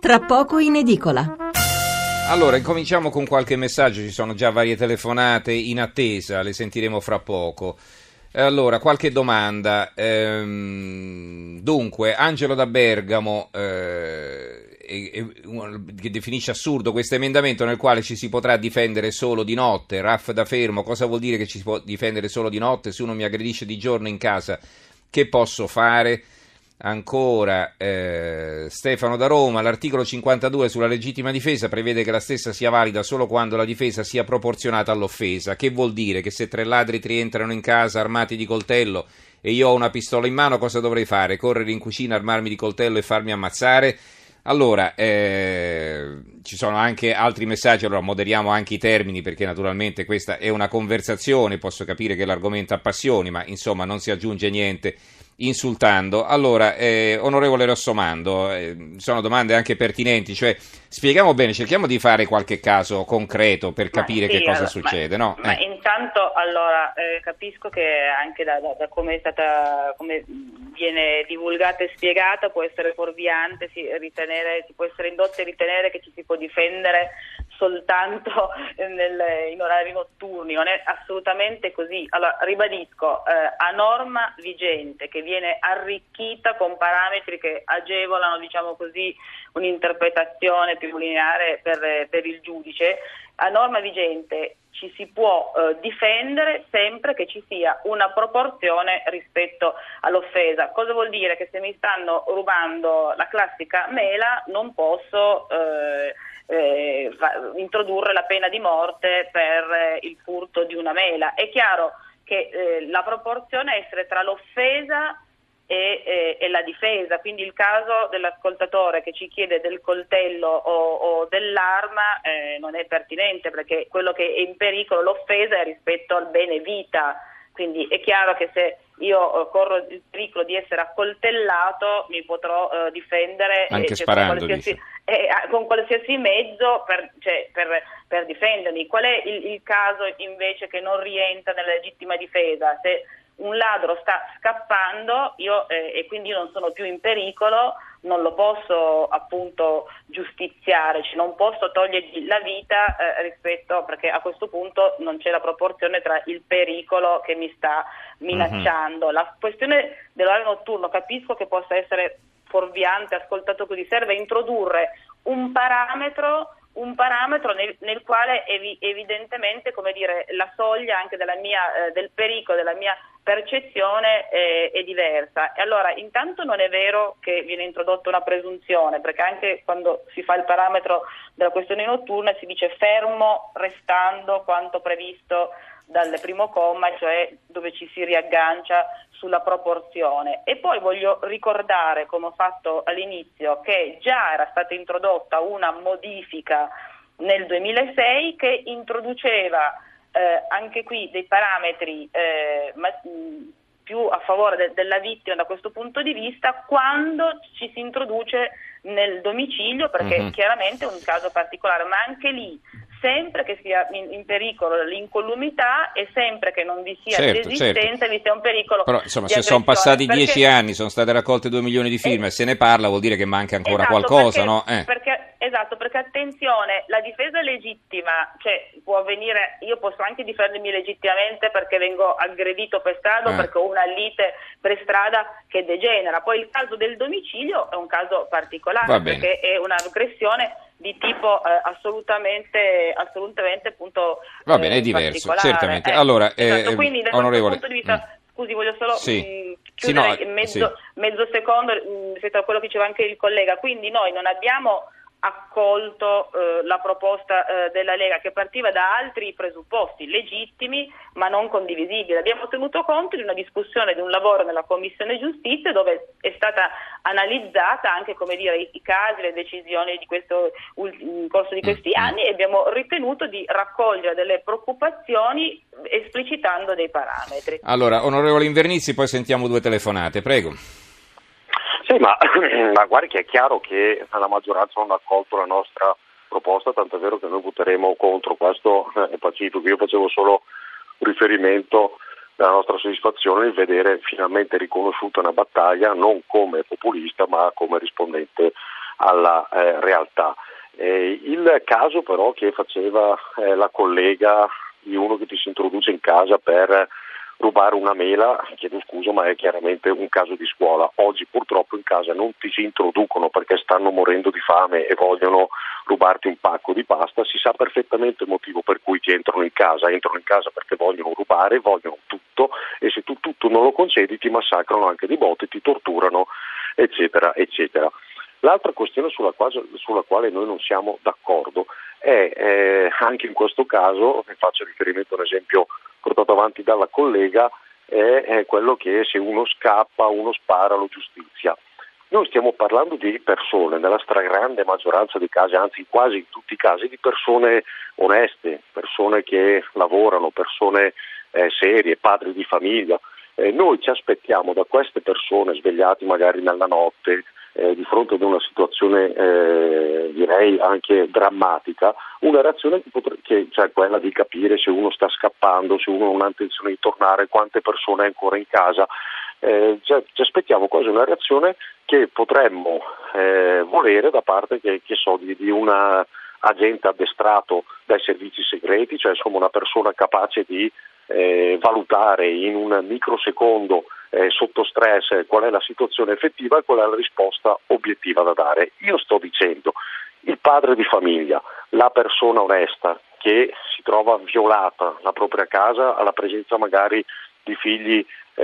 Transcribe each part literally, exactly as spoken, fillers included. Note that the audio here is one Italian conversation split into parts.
tra poco in edicola. Allora, incominciamo con qualche messaggio, ci sono già varie telefonate in attesa, le sentiremo fra poco. Allora, qualche domanda. Ehm, dunque, Angelo da Bergamo, eh, e, e, che definisce assurdo questo emendamento nel quale ci si potrà difendere solo di notte. Raff da Fermo, cosa vuol dire che ci si può difendere solo di notte? Se uno mi aggredisce di giorno in casa, che posso fare? Ancora eh, Stefano da Roma, l'articolo cinquantadue sulla legittima difesa prevede che la stessa sia valida solo quando la difesa sia proporzionata all'offesa. Che vuol dire? Che se tre ladri rientrano in casa armati di coltello e io ho una pistola in mano, cosa dovrei fare? Correre in cucina, armarmi di coltello e farmi ammazzare? Allora, eh, ci sono anche altri messaggi, allora moderiamo anche i termini perché naturalmente questa è una conversazione, posso capire che l'argomento appassioni, ma insomma non si aggiunge niente insultando. Allora, eh, onorevole Rossomando, eh, sono domande anche pertinenti, cioè spieghiamo bene, cerchiamo di fare qualche caso concreto per capire sì, che cosa allora, succede, ma, no? Ma eh. intanto, allora, eh, capisco che anche da, da, da come è stata, come viene divulgata e spiegata, può essere fuorviante, si, ritenere, si può essere indotte a ritenere che ci si può difendere soltanto nel, in orari notturni. Non è assolutamente così. Allora, ribadisco, eh, a norma vigente che viene arricchita con parametri che agevolano, diciamo così, un'interpretazione più lineare per, per il giudice, a norma vigente ci si può eh, difendere sempre che ci sia una proporzione rispetto all'offesa. Cosa vuol dire? Che se mi stanno rubando la classica mela non posso eh, eh, fa, introdurre la pena di morte per eh, il furto di una mela. È chiaro che eh, la proporzione è essere tra l'offesa E, e, e la difesa, quindi il caso dell'ascoltatore che ci chiede del coltello o, o dell'arma eh, non è pertinente, perché quello che è in pericolo, l'offesa, è rispetto al bene vita. Quindi è chiaro che se io eh, corro il pericolo di essere accoltellato mi potrò eh, difendere anche eh, cioè, sparando, con qualsiasi, eh, con qualsiasi mezzo per, cioè, per, per difendermi. Qual è il, il caso invece che non rientra nella legittima difesa? Se un ladro sta scappando io eh, e quindi io non sono più in pericolo, non lo posso appunto giustiziare, cioè non posso togliergli la vita eh, rispetto, perché a questo punto non c'è la proporzione tra il pericolo che mi sta minacciando. Mm-hmm. La questione dell'orario notturno capisco che possa essere fuorviante, ascoltato così, serve introdurre un parametro un parametro nel, nel quale evi, evidentemente, come dire, la soglia anche della mia, eh, del pericolo, della mia percezione eh, è diversa. E allora, intanto non è vero che viene introdotta una presunzione, perché anche quando si fa il parametro della questione notturna si dice fermo restando quanto previsto dal primo comma, cioè dove ci si riaggancia sulla proporzione. E poi voglio ricordare, come ho fatto all'inizio, che già era stata introdotta una modifica nel duemilasei che introduceva eh, anche qui dei parametri eh, ma, mh, più a favore de- della vittima da questo punto di vista quando ci si introduce nel domicilio, perché mm-hmm. chiaramente è un caso particolare, ma anche lì sempre che sia in, in pericolo l'incolumità e sempre che non vi sia certo, resistenza, certo. vi sia un pericolo. Però insomma, se sono passati perché... dieci anni, sono state raccolte due milioni di firme e se ne parla, vuol dire che manca ancora esatto, qualcosa, perché, no? Eh. Perché, esatto, perché attenzione, la difesa legittima, cioè può avvenire, io posso anche difendermi legittimamente perché vengo aggredito per strada eh. o perché ho una lite per strada che degenera. Poi il caso del domicilio è un caso particolare perché è un'aggressione di tipo eh, assolutamente assolutamente appunto va bene, eh, è diverso, particolare. certamente. Eh, allora, esatto, eh, quindi da onorevole, questo punto di vista, mm. scusi, voglio solo sì. mh, chiudere sì, no, in mezzo, sì. mezzo secondo mh, rispetto a quello che diceva anche il collega. Quindi noi non abbiamo accolto eh, la proposta eh, della Lega, che partiva da altri presupposti legittimi ma non condivisibili. Abbiamo tenuto conto di una discussione, di un lavoro nella Commissione Giustizia dove è stata analizzata anche, come dire, i, i casi, le decisioni di questo in corso di questi mm. anni, e abbiamo ritenuto di raccogliere delle preoccupazioni esplicitando dei parametri. Allora, onorevole Invernizzi, poi sentiamo due telefonate, prego. Sì, ma, ma guardi che è chiaro che la maggioranza non ha accolto la nostra proposta, tanto è vero che noi voteremo contro, questo è pacifico. Io facevo solo riferimento alla nostra soddisfazione di vedere finalmente riconosciuta una battaglia non come populista ma come rispondente alla eh, realtà. Eh, il caso però che faceva eh, la collega di uno che ti si introduce in casa per rubare una mela, chiedo scusa, ma è chiaramente un caso di scuola. Oggi purtroppo in casa non ti si introducono perché stanno morendo di fame e vogliono rubarti un pacco di pasta, si sa perfettamente il motivo per cui ti entrano in casa, entrano in casa perché vogliono rubare, vogliono tutto, e se tu tutto non lo concedi ti massacrano anche di botte, ti torturano, eccetera, eccetera. L'altra questione sulla quale, sulla quale noi non siamo d'accordo è eh, anche in questo caso, faccio riferimento a un esempio portato avanti dalla collega, è, è quello che se uno scappa, uno spara, lo giustizia. Noi stiamo parlando di persone, nella stragrande maggioranza dei casi, anzi quasi in tutti i casi, di persone oneste, persone che lavorano, persone eh, serie, padri di famiglia. Eh, noi ci aspettiamo da queste persone, svegliati magari nella notte, Eh, di fronte ad una situazione eh, direi anche drammatica, una reazione che, potre- che cioè quella di capire se uno sta scappando, se uno non ha intenzione di tornare, quante persone è ancora in casa. Eh, cioè, ci aspettiamo quasi una reazione che potremmo eh, volere da parte che, che so, di, di un agente addestrato dai servizi segreti, cioè insomma una persona capace di eh, valutare in un microsecondo eh, sotto stress eh, qual è la situazione effettiva e qual è la risposta obiettiva da dare. Io sto dicendo, il padre di famiglia, la persona onesta che si trova violata la propria casa alla presenza magari di figli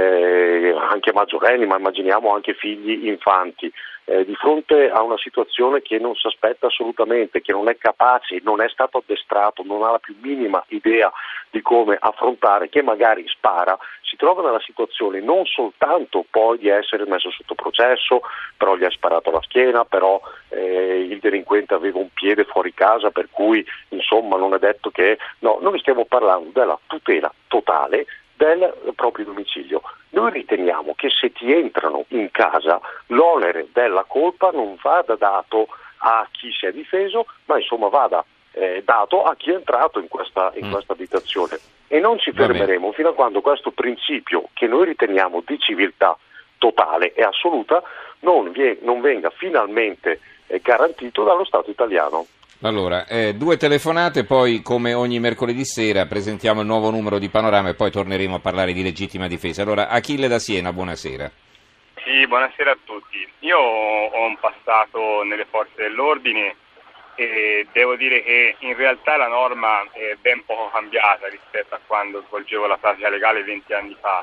eh, anche maggiorenni, ma immaginiamo anche figli infanti, eh, di fronte a una situazione che non si aspetta assolutamente, che non è capace, non è stato addestrato, non ha la più minima idea di come affrontare, che magari spara, si trova nella situazione non soltanto poi di essere messo sotto processo, però gli ha sparato alla schiena, però eh, il delinquente aveva un piede fuori casa, per cui insomma non è detto che... No, noi stiamo parlando della tutela totale del proprio domicilio. Noi riteniamo che se ti entrano in casa l'onere della colpa non vada dato a chi si è difeso, ma insomma vada eh, dato a chi è entrato in questa, in mm. questa abitazione. E non ci fermeremo fino a quando questo principio, che noi riteniamo di civiltà totale e assoluta, non, vie, non venga finalmente eh, garantito dallo Stato italiano. Allora, eh, due telefonate, poi come ogni mercoledì sera presentiamo il nuovo numero di Panorama e poi torneremo a parlare di legittima difesa. Allora, Achille da Siena, buonasera. Sì, buonasera a tutti. Io ho un passato nelle forze dell'ordine e devo dire che in realtà la norma è ben poco cambiata rispetto a quando svolgevo la pratica legale venti anni fa.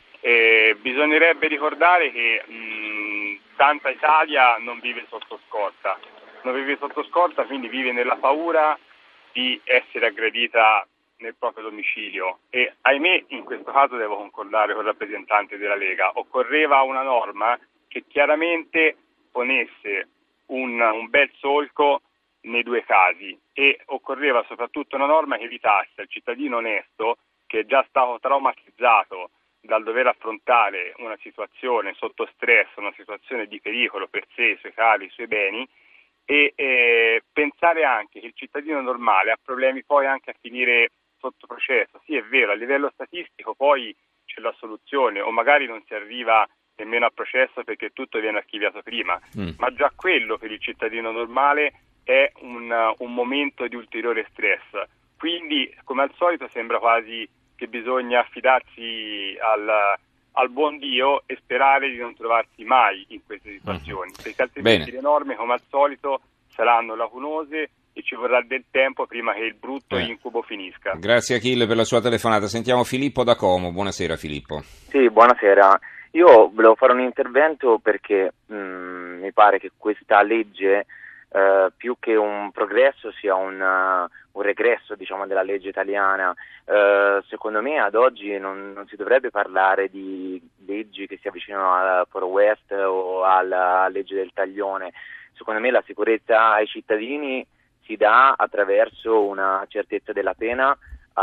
E bisognerebbe ricordare che mh, tanta Italia non vive sotto scorta. Non vive sotto scorta, quindi vive nella paura di essere aggredita nel proprio domicilio e ahimè in questo caso devo concordare con il rappresentante della Lega, occorreva una norma che chiaramente ponesse un, un bel solco nei due casi e occorreva soprattutto una norma che evitasse al cittadino onesto, che è già stato traumatizzato dal dover affrontare una situazione sotto stress, una situazione di pericolo per sé, i suoi cari, i suoi beni, e eh, pensare anche che il cittadino normale ha problemi poi anche a finire sotto processo. Sì, è vero, a livello statistico poi c'è la soluzione o magari non si arriva nemmeno a processo perché tutto viene archiviato prima, mm. ma già quello per il cittadino normale è un, un momento di ulteriore stress. Quindi, come al solito, sembra quasi che bisogna affidarsi al al buon Dio e sperare di non trovarsi mai in queste situazioni, mm-hmm. perché altrimenti Bene. le norme, come al solito, saranno lacunose e ci vorrà del tempo prima che il brutto eh. incubo finisca. Grazie Achille per la sua telefonata. Sentiamo Filippo da Como. Buonasera Filippo. Sì, buonasera. Io volevo fare un intervento perché mh, mi pare che questa legge Uh, più che un progresso sia un, uh, un regresso, diciamo, della legge italiana. Uh, secondo me ad oggi non, non si dovrebbe parlare di leggi che si avvicinano al Far West o alla legge del taglione. Secondo me la sicurezza ai cittadini si dà attraverso una certezza della pena,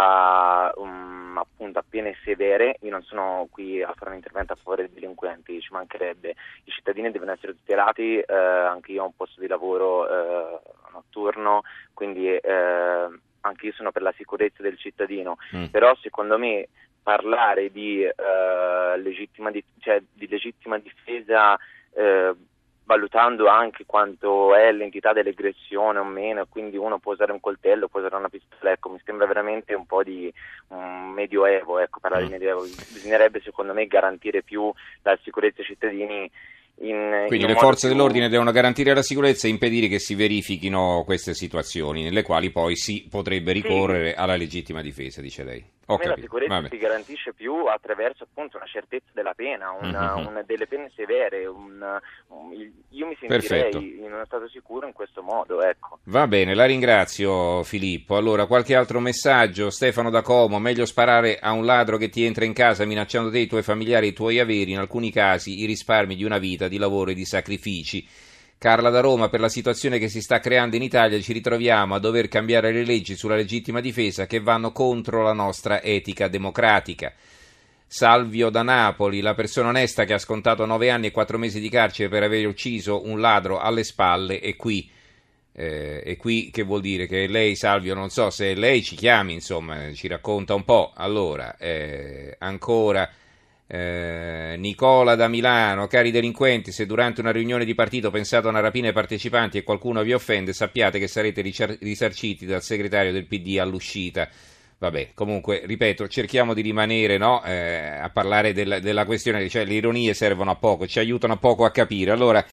a, um, appunto a pene severe. Io non sono qui a fare un intervento a favore dei delinquenti, ci mancherebbe. I cittadini devono essere tutelati, eh, anche io ho un posto di lavoro eh, notturno, quindi eh, anche io sono per la sicurezza del cittadino, mm. però secondo me parlare di, eh, legittima, di, cioè, di legittima difesa eh, valutando anche quanto è l'entità dell'aggressione o meno, quindi uno può usare un coltello, può usare una pistola, ecco, mi sembra veramente un po' di un medioevo, ecco, parlare mm. di medioevo, bisognerebbe secondo me garantire più la sicurezza ai cittadini. In, Quindi in le forze più... dell'ordine devono garantire la sicurezza e impedire che si verifichino queste situazioni nelle quali poi si potrebbe ricorrere sì. alla legittima difesa, dice lei. Ho la sicurezza Vabbè. si garantisce più attraverso appunto una certezza della pena, una, mm-hmm. una, delle pene severe, un, un, io mi sentirei Perfetto. in uno stato sicuro in questo modo, ecco. Va bene, la ringrazio Filippo. Allora, qualche altro messaggio? Stefano da Como: meglio sparare a un ladro che ti entra in casa minacciando te, i tuoi familiari e i tuoi averi, in alcuni casi i risparmi di una vita di lavoro e di sacrifici. Carla da Roma: per la situazione che si sta creando in Italia ci ritroviamo a dover cambiare le leggi sulla legittima difesa che vanno contro la nostra etica democratica. Salvio da Napoli: la persona onesta che ha scontato nove anni e quattro mesi di carcere per aver ucciso un ladro alle spalle è qui. Eh, e qui che vuol dire? Che lei, Salvio, non so se lei ci chiami, insomma, ci racconta un po'. Allora, eh, ancora... Eh, Nicola da Milano: cari delinquenti, se durante una riunione di partito pensate a una rapina ai partecipanti e qualcuno vi offende, sappiate che sarete risarciti dal segretario del P D all'uscita. Vabbè, comunque, ripeto, cerchiamo di rimanere no, eh, a parlare della, della questione, cioè le ironie servono a poco, ci aiutano a poco a capire. Allora